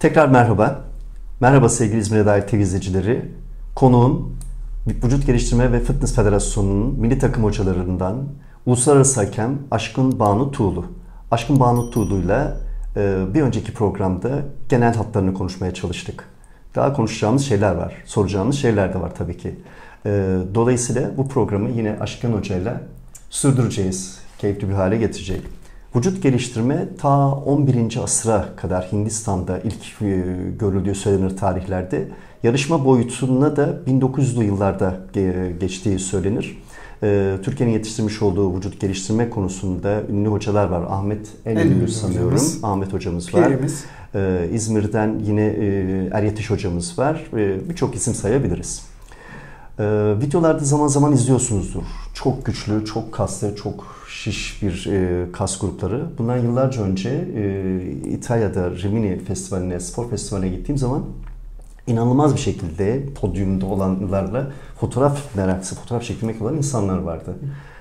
Tekrar merhaba. Merhaba sevgili İzmir'e dair TV izleyicileri. Konuğum Vücut Geliştirme ve Fitness Federasyonu'nun milli takım hocalarından uluslararası hakem Aşkın Banu Tuğlu. Aşkın Banu Tuğlu'yla bir önceki programda genel hatlarını konuşmaya çalıştık. Daha konuşacağımız şeyler var. Soracağımız şeyler de var tabii ki. Dolayısıyla bu programı yine Aşkın Hoca'yla sürdüreceğiz. Keyifli bir hale getireceğiz. Vücut geliştirme ta 11. asıra kadar Hindistan'da ilk görüldüğü söylenir tarihlerde. Yarışma boyutuna da 1900'lü yıllarda geçtiği söylenir. Türkiye'nin yetiştirmiş olduğu vücut geliştirme konusunda ünlü hocalar var. Ahmet Enlül sanıyorum. Ahmet hocamız var. İzmir'den yine Eryetiş hocamız var. Birçok isim sayabiliriz. Videolarda zaman zaman izliyorsunuzdur. Çok güçlü, çok kaslı, çok şiş bir kas grupları. Bundan yıllarca önce İtalya'da Rimini Festivali'ne, spor festivaline gittiğim zaman inanılmaz bir şekilde podyumda olanlarla fotoğraf meraklısı, fotoğraf çekilmek olan insanlar vardı.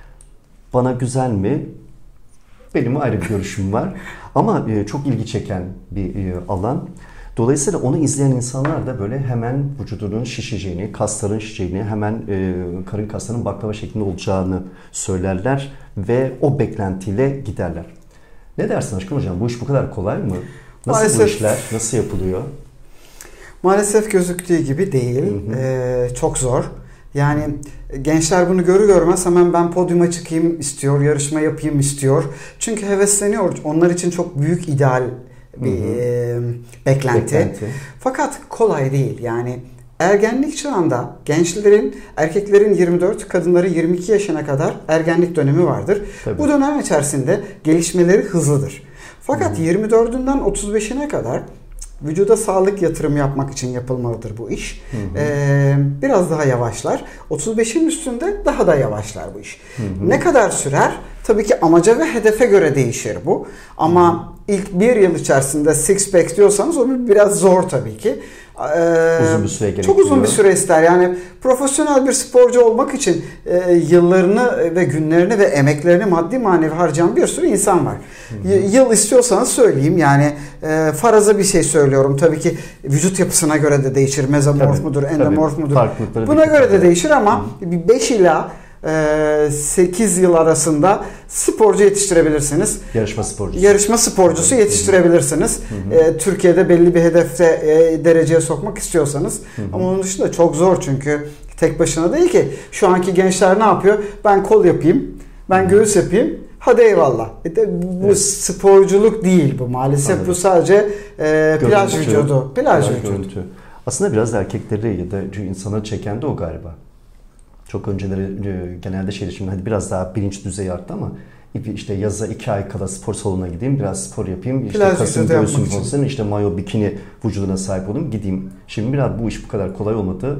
Bana güzel mi? Benim ayrı bir görüşüm var. Ama çok ilgi çeken bir alan. Dolayısıyla onu izleyen insanlar da böyle hemen vücudunun şişeceğini, kasların şişeceğini, hemen karın kaslarının baklava şeklinde olacağını söylerler ve o beklentiyle giderler. Ne dersin Aşkın Hocam? Bu iş bu kadar kolay mı? Nasıl maalesef, bu işler? Nasıl yapılıyor? Maalesef gözüktüğü gibi değil. Çok zor. Yani gençler bunu görür görmez hemen ben podyuma çıkayım istiyor, yarışma yapayım istiyor. Çünkü hevesleniyor. Onlar için çok büyük ideal bir beklenti. Fakat kolay değil. Yani ergenlik çağında gençlerin, erkeklerin 24, kadınların 22 yaşına kadar ergenlik dönemi vardır. Tabii. Bu dönem içerisinde gelişmeleri hızlıdır. Fakat 24'ünden 35'ine kadar vücuda sağlık yatırım yapmak için yapılmalıdır bu iş. Biraz daha yavaşlar. 35'in üstünde daha da yavaşlar bu iş. Ne kadar sürer? Tabii ki amaca ve hedefe göre değişir bu. Ama ilk bir yıl içerisinde six pack diyorsanız o biraz zor tabii ki. Uzun bir süre gerekiyor. Çok uzun bir süre ister. Yani profesyonel bir sporcu olmak için yıllarını ve günlerini ve emeklerini maddi manevi harcayan bir sürü insan var. Yıl istiyorsanız söyleyeyim. Yani faraza bir şey söylüyorum. Tabii ki vücut yapısına göre de değişir. Mezomorf mudur, endomorf mudur? Buna göre de değişir ama 5 ila 8 yıl arasında sporcu yetiştirebilirsiniz. Yarışma sporcusu yetiştirebilirsiniz. Türkiye'de belli bir hedefte dereceye sokmak istiyorsanız. Ama onun dışında çok zor çünkü tek başına değil ki. Şu anki gençler ne yapıyor? Ben kol yapayım, ben göğüs yapayım. Hadi eyvallah. Bu sporculuk değil bu maalesef. Anladım. Bu sadece plaj vücudu. Plaj vücudu. Aslında biraz da erkekleri ya da insanları çeken de o galiba. Çok önceleri genelde şimdi hadi biraz daha bilinç düzeyi arttı ama işte yaza 2 ay kala spor salonuna gideyim, biraz spor yapayım, işte kasım göğsüm olsun, işte mayo bikini vücuduna sahip olayım, gideyim. Şimdi biraz bu iş bu kadar kolay olmadı.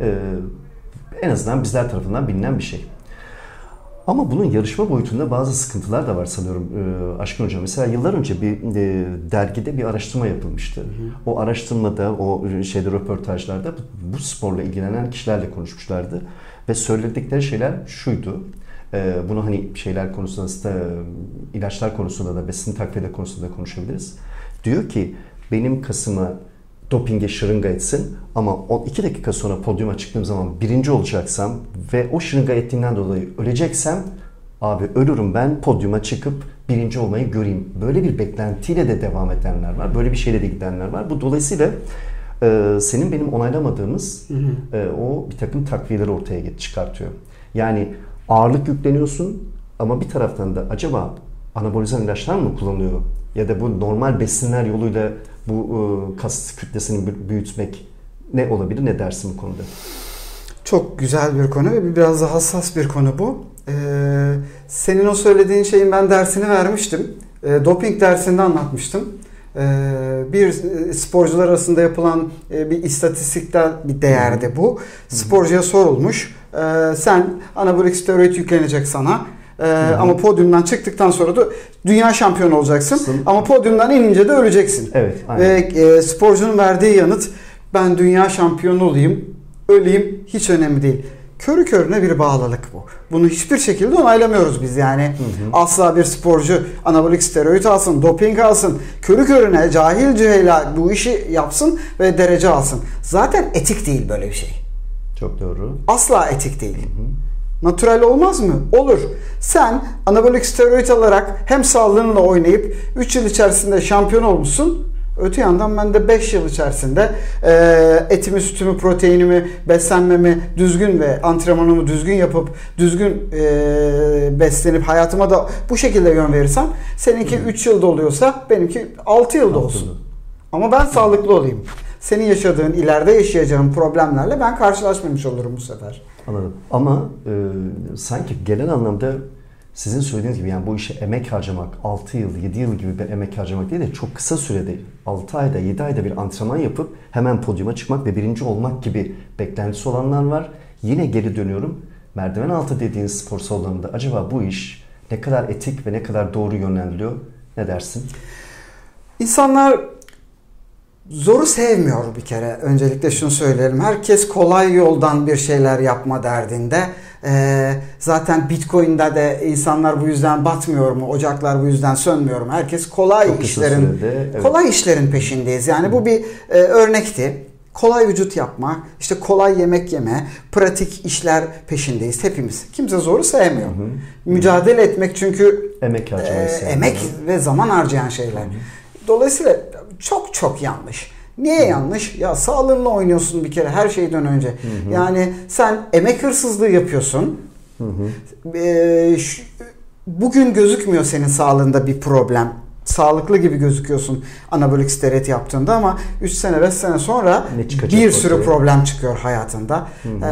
En azından bizler tarafından bilinen bir şey. Ama bunun yarışma boyutunda bazı sıkıntılar da var sanıyorum Aşkın Hocam. Mesela yıllar önce bir dergide bir araştırma yapılmıştı. O araştırmada, o röportajlarda bu sporla ilgilenen kişilerle konuşmuşlardı. Ve söyledikleri şeyler şuydu. Bunu hani şeyler konusunda, ilaçlar konusunda da, besin takviye konusunda da konuşabiliriz. Diyor ki benim kasımı dopinge şırınga etsin ama 2 dakika sonra podyuma çıktığım zaman birinci olacaksam ve o şırınga ettiğinden dolayı öleceksem abi ölürüm, ben podyuma çıkıp birinci olmayı göreyim. Böyle bir beklentiyle de devam edenler var. Böyle bir şeyle de gidenler var. Bu dolayısıyla senin benim onaylamadığımız o bir takım takviyeleri ortaya çıkartıyor. Yani ağırlık yükleniyorsun ama bir taraftan da acaba anabolizan ilaçlar mı kullanıyor? Ya da bu normal besinler yoluyla bu kas kütlesini büyütmek ne olabilir? Ne dersin bu konuda? Çok güzel bir konu ve biraz da hassas bir konu bu. Senin o söylediğin şeyin ben dersini vermiştim. Doping dersinde anlatmıştım. Bir sporcular arasında yapılan bir istatistikten bir değerdi bu. Sporcuya sorulmuş. Sen anabolik steroid yüklenecek sana. Ama podyumdan çıktıktan sonra da dünya şampiyonu olacaksın. Ama podyumdan inince de öleceksin. Evet, ve sporcunun verdiği yanıt ben dünya şampiyonu olayım, öleyim hiç önemli değil. Körü körüne bir bağlılık bu. Bunu hiçbir şekilde onaylamıyoruz biz yani. Asla bir sporcu anabolik steroid alsın, doping alsın, körü körüne cahil cüheyla bu işi yapsın ve derece alsın. Zaten etik değil böyle bir şey. Çok doğru. Asla etik değil. Natural olmaz mı? Olur. Sen anabolik steroid alarak hem sağlığınla oynayıp 3 yıl içerisinde şampiyon olmuşsun. Öte yandan ben de 5 yıl içerisinde etimi, sütümü, proteinimi, beslenmemi düzgün ve antrenmanımı düzgün yapıp düzgün beslenip hayatıma da bu şekilde yön verirsem seninki 3 yılda oluyorsa benimki 6 yılda olsun. Ama ben sağlıklı olayım. Senin yaşadığın, ileride yaşayacağın problemlerle ben karşılaşmamış olurum bu sefer. Anladım. Ama sanki genel anlamda sizin söylediğiniz gibi yani bu işe emek harcamak, 6 yıl, 7 yıl gibi bir emek harcamak değil de çok kısa sürede 6 ayda, 7 ayda bir antrenman yapıp hemen podyuma çıkmak ve birinci olmak gibi beklentisi olanlar var. Yine geri dönüyorum. Merdiven altı dediğiniz spor salonlarında acaba bu iş ne kadar etik ve ne kadar doğru yönlendiriliyor? Ne dersin? İnsanlar zoru sevmiyor bir kere. Öncelikle şunu söyleyelim. Herkes kolay yoldan bir şeyler yapma derdinde. Zaten Bitcoin'de de insanlar bu yüzden batmıyor mu? Ocaklar bu yüzden sönmüyor mu? Herkes kolay işlerin peşindeyiz. Yani bu bir örnekti. Kolay vücut yapma, işte kolay yemek yeme, pratik işler peşindeyiz hepimiz. Kimse zoru sevmiyor. Mücadele etmek çünkü emek ve zaman harcayan şeyler. Dolayısıyla çok yanlış. Niye yanlış? Ya sağlığınla oynuyorsun bir kere her şeyden önce. Yani sen emek hırsızlığı yapıyorsun. Bugün gözükmüyor senin sağlığında bir problem. Sağlıklı gibi gözüküyorsun anabolik steroid yaptığında ama 3 sene 5 sene sonra bir sürü problem çıkıyor hayatında.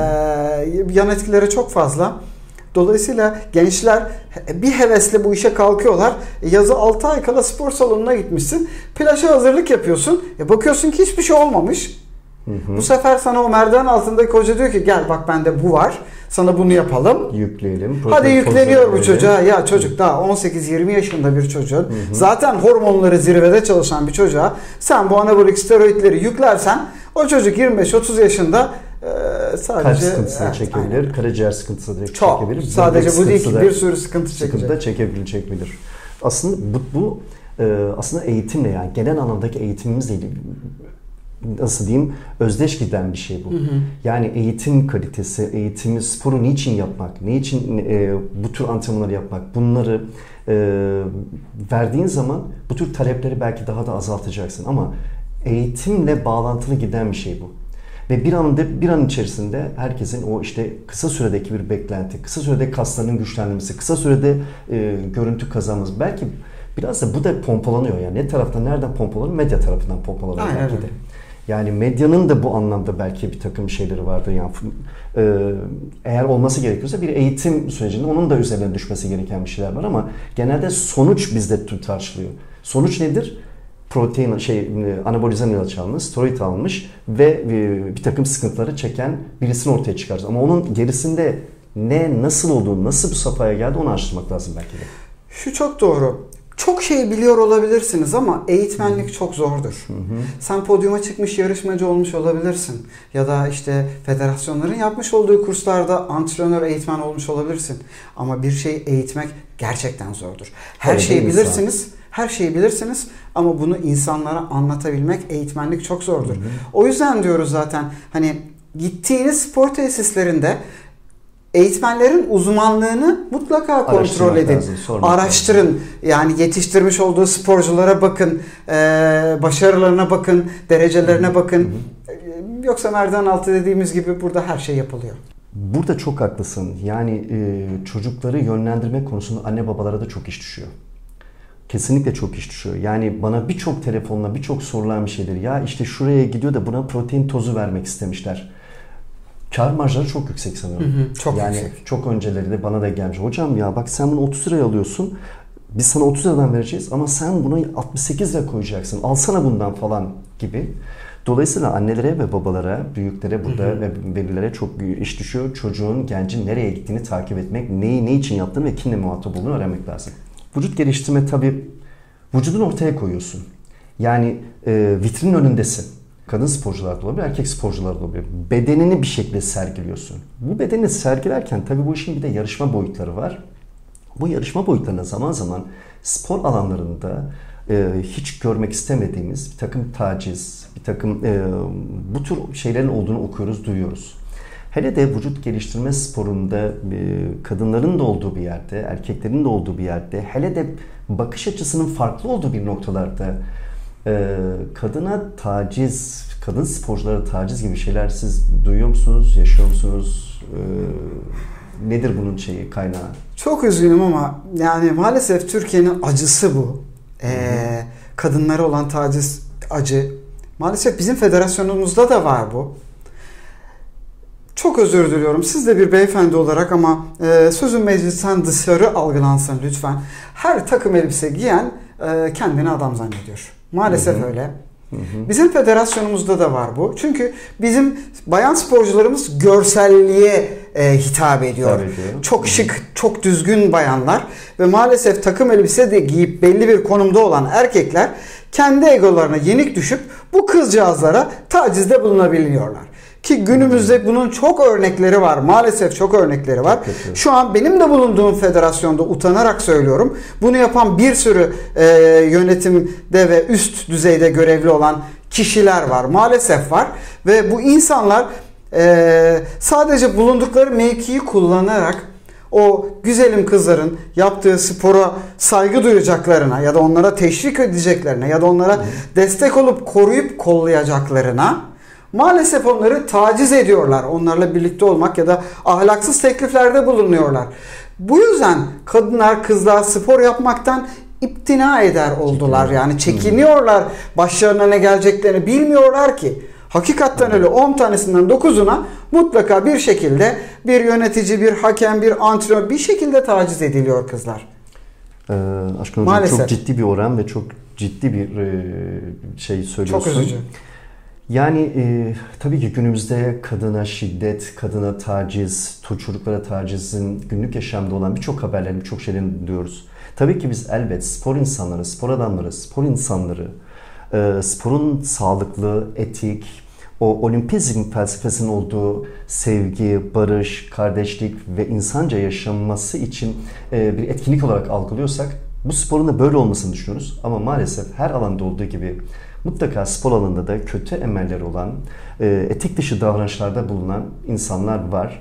Yan etkileri çok fazla. Dolayısıyla gençler bir hevesle bu işe kalkıyorlar. Yazı 6 ay kala spor salonuna gitmişsin. Plaja hazırlık yapıyorsun. Bakıyorsun ki hiçbir şey olmamış. Bu sefer sana o merdiven altındaki hoca diyor ki gel bak bende bu var. Sana bunu yapalım. Yükleyelim. Hadi yükleniyor bu çocuğa. Ya çocuk daha 18-20 yaşında bir çocuğun. Zaten hormonları zirvede çalışan bir çocuğa sen bu anabolik steroidleri yüklersen o çocuk 25-30 yaşında sadece kalp sıkıntısını çekebilir, aynen. Karaciğer sıkıntısı direkt çekebilir. Sadece bu değil ki bir sürü sıkıntı çekebilir. Aslında bu aslında eğitimle yani genel anlamdaki eğitimimizle ilgili nasıl diyeyim özdeş giden bir şey bu. Yani eğitim kalitesi, eğitimi, sporu niçin yapmak, niçin bu tür antrenmanları yapmak bunları verdiğin zaman bu tür talepleri belki daha da azaltacaksın ama eğitimle bağlantılı giden bir şey bu. Ve bir an içerisinde herkesin o işte kısa süredeki bir beklenti, kısa sürede kaslarının güçlenmesi, kısa sürede görüntü kazanması. Belki biraz da bu da pompalanıyor. Yani ne taraftan, nereden pompalanıyor? Medya tarafından pompalanıyor belki de. Yani medyanın da bu anlamda belki bir takım şeyleri vardır. Yani eğer olması gerekiyorsa bir eğitim sürecinde onun da üzerine düşmesi gereken bir şeyler var ama genelde sonuç bizde tartışılıyor. Sonuç nedir? Protein anabolizan ilaç almış, steroid almış ve bir takım sıkıntıları çeken birisini ortaya çıkarız. Ama onun gerisinde nasıl olduğunu, nasıl bu safhaya geldi onu araştırmak lazım belki de. Şu çok doğru. Çok şey biliyor olabilirsiniz ama eğitmenlik çok zordur. Sen podyuma çıkmış yarışmacı olmuş olabilirsin. Ya da işte federasyonların yapmış olduğu kurslarda antrenör, eğitmen olmuş olabilirsin. Ama bir şeyi eğitmek gerçekten zordur. Her şeyi bilirsiniz. Her şeyi bilirsiniz ama bunu insanlara anlatabilmek, eğitmenlik çok zordur. O yüzden diyoruz zaten hani gittiğiniz spor tesislerinde eğitmenlerin uzmanlığını mutlaka kontrol edin. Araştırın. Yani yetiştirmiş olduğu sporculara bakın, başarılarına bakın, derecelerine bakın. Yoksa merdiven altı dediğimiz gibi burada her şey yapılıyor. Burada çok haklısın. Yani çocukları yönlendirme konusunda anne babalara da çok iş düşüyor. Kesinlikle çok iş düşüyor. Yani bana birçok telefonla, birçok sorulan bir şeydir. Ya işte şuraya gidiyor da buna protein tozu vermek istemişler. Kar marjları çok yüksek sanıyorum. Çok yani yüksek. Çok önceleri de bana da gelmiş. Hocam ya bak sen bunu 30 liraya alıyorsun. Biz sana 30 liradan vereceğiz ama sen buna 68 lira koyacaksın. Alsana bundan falan gibi. Dolayısıyla annelere ve babalara, büyüklere burada ve velilere çok iş düşüyor. Çocuğun, gencin nereye gittiğini takip etmek, neyi ne için yaptığını ve kimle muhatap olduğunu öğrenmek lazım. Vücut geliştirme tabii vücudunu ortaya koyuyorsun. Yani vitrinin önündesin. Kadın sporcular da olabilir, erkek sporcular da olabilir. Bedenini bir şekilde sergiliyorsun. Bu bedeni sergilerken tabii bu işin bir de yarışma boyutları var. Bu yarışma boyutlarına zaman zaman spor alanlarında hiç görmek istemediğimiz bir takım taciz, bir takım bu tür şeylerin olduğunu okuyoruz, duyuyoruz. Hele de vücut geliştirme sporunda kadınların da olduğu bir yerde, erkeklerin de olduğu bir yerde, hele de bakış açısının farklı olduğu bir noktalarda kadına taciz, kadın sporculara taciz gibi şeyler siz duyuyor musunuz, yaşıyor musunuz? Nedir bunun kaynağı? Çok üzgünüm ama yani maalesef Türkiye'nin acısı bu. Kadınlara olan taciz acı. Maalesef bizim federasyonumuzda da var bu. Çok özür diliyorum. Siz de bir beyefendi olarak ama sözün meclisten dışarı algılansın lütfen. Her takım elbise giyen kendini adam zannediyor. Maalesef öyle. Bizim federasyonumuzda da var bu. Çünkü bizim bayan sporcularımız görselliğe hitap ediyor. Çok şık, çok düzgün bayanlar ve maalesef takım elbise de giyip belli bir konumda olan erkekler kendi egolarına yenik düşüp bu kızcağızlara tacizde bulunabiliyorlar. Ki günümüzde bunun çok örnekleri var. Maalesef çok örnekleri var. Şu an benim de bulunduğum federasyonda utanarak söylüyorum. Bunu yapan bir sürü yönetimde ve üst düzeyde görevli olan kişiler var. Maalesef var. Ve bu insanlar sadece bulundukları mevkiyi kullanarak o güzelim kızların yaptığı spora saygı duyacaklarına ya da onlara teşvik edeceklerine ya da onlara destek olup koruyup kollayacaklarına maalesef onları taciz ediyorlar. Onlarla birlikte olmak ya da ahlaksız tekliflerde bulunuyorlar. Bu yüzden kadınlar, kızlar spor yapmaktan imtina eder oldular. Yani çekiniyorlar. Başlarına ne geleceklerini bilmiyorlar ki. Hakikaten öyle 10 tanesinden 9'una mutlaka bir şekilde bir yönetici, bir hakem, bir antrenör bir şekilde taciz ediliyor kızlar. Aşkın Hocam çok ciddi bir oran ve çok ciddi bir şey söylüyorsun. Çok üzücü. Yani tabii ki günümüzde kadına şiddet, kadına taciz, çocuklara tacizin günlük yaşamda olan birçok haberlerin, birçok şeylerini duyuyoruz. Tabii ki biz elbet spor insanları, spor adamları, spor insanları, sporun sağlıklı, etik, o olimpizm felsefesinin olduğu sevgi, barış, kardeşlik ve insanca yaşanması için bir etkinlik olarak algılıyorsak bu sporun da böyle olmasını düşünüyoruz. Ama maalesef her alanda olduğu gibi mutlaka spor alanında da kötü emelleri olan, etik dışı davranışlarda bulunan insanlar var.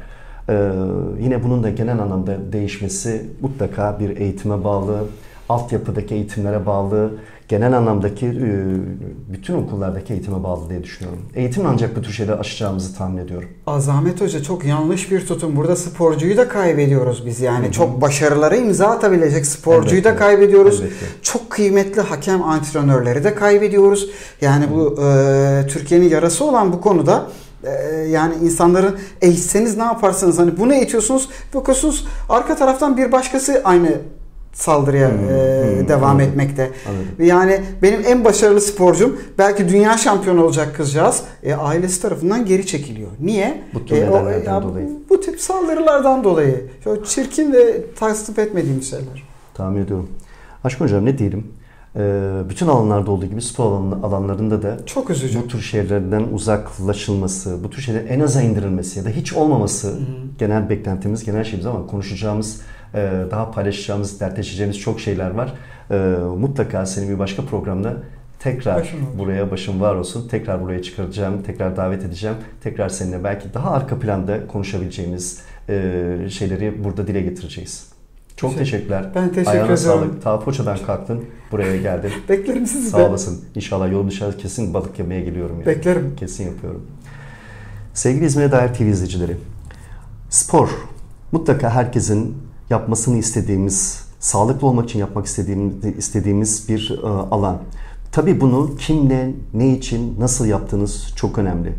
Yine bunun da genel anlamda değişmesi mutlaka bir eğitime bağlı, altyapıdaki eğitimlere bağlı, genel anlamdaki bütün okullardaki eğitime bağlı diye düşünüyorum. Eğitimle ancak bu tür şeyleri aşacağımızı tahmin ediyorum. Azamet Hoca çok yanlış bir tutum. Burada sporcuyu da kaybediyoruz biz yani. Çok başarılara imza atabilecek sporcuyu da kaybediyoruz. Çok kıymetli hakem antrenörleri de kaybediyoruz. Yani bu Türkiye'nin yarası olan bu konuda yani insanların eğitseniz ne yaparsınız? Hani bunu eğitiyorsunuz, bakıyorsunuz arka taraftan bir başkası aynı saldırıya devam etmekte. Anladım. Yani benim en başarılı sporcum belki dünya şampiyonu olacak kızcağız ailesi tarafından geri çekiliyor. Niye? Bu tür nedenlerden dolayı. Bu tip saldırılardan dolayı. Çok çirkin ve tasvip etmediğim şeyler. Tahmin ediyorum. Aşkın Hocam ne diyelim? Bütün alanlarda olduğu gibi spor alanlarında da çok üzücü. Bu tür şeylerden uzaklaşılması, bu tür şeylerin en aza indirilmesi ya da hiç olmaması genel beklentimiz, genel şeyimiz ama konuşacağımız, daha paylaşacağımız, dertleşeceğimiz çok şeyler var. Mutlaka seni bir başka programda tekrar buraya başım var olsun. Tekrar buraya çıkaracağım, tekrar davet edeceğim. Tekrar seninle belki daha arka planda konuşabileceğimiz şeyleri burada dile getireceğiz. Çok teşekkürler. Ben teşekkür ederim. Ayağına sağlık. Ta Foça'dan kalktın, buraya geldin. Beklerim sizi de. Sağ olasın. İnşallah yolun dışarı kesin balık yemeye geliyorum. Yani. Beklerim. Kesin yapıyorum. Sevgili İzmir'e dair TV izleyicileri. Spor mutlaka herkesin yapmasını istediğimiz, sağlıklı olmak için yapmak istediğimiz bir alan. Tabii bunu kimle, ne için, nasıl yaptığınız çok önemli.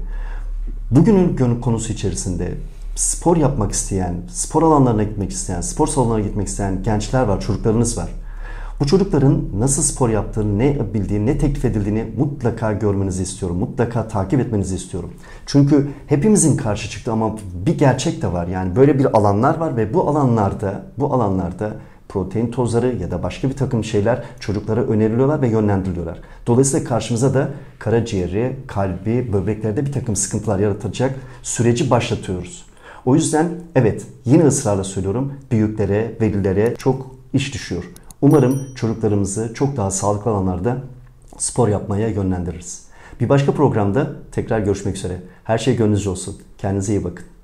Bugünün konusu içerisinde spor yapmak isteyen, spor alanlarına gitmek isteyen, spor salonlarına gitmek isteyen gençler var, çocuklarınız var. Bu çocukların nasıl spor yaptığını, ne bildiğini, ne teklif edildiğini mutlaka görmenizi istiyorum. Mutlaka takip etmenizi istiyorum. Çünkü hepimizin karşı çıktığı ama bir gerçek de var. Yani böyle bir alanlar var ve bu alanlarda protein tozları ya da başka bir takım şeyler çocuklara öneriliyorlar ve yönlendiriliyorlar. Dolayısıyla karşımıza da karaciğeri, kalbi, böbreklerde bir takım sıkıntılar yaratacak süreci başlatıyoruz. O yüzden evet, yine ısrarla söylüyorum, büyüklere, velilere çok iş düşüyor. Umarım çocuklarımızı çok daha sağlıklı alanlarda spor yapmaya yönlendiririz. Bir başka programda tekrar görüşmek üzere. Her şey gönlünüzce olsun. Kendinize iyi bakın.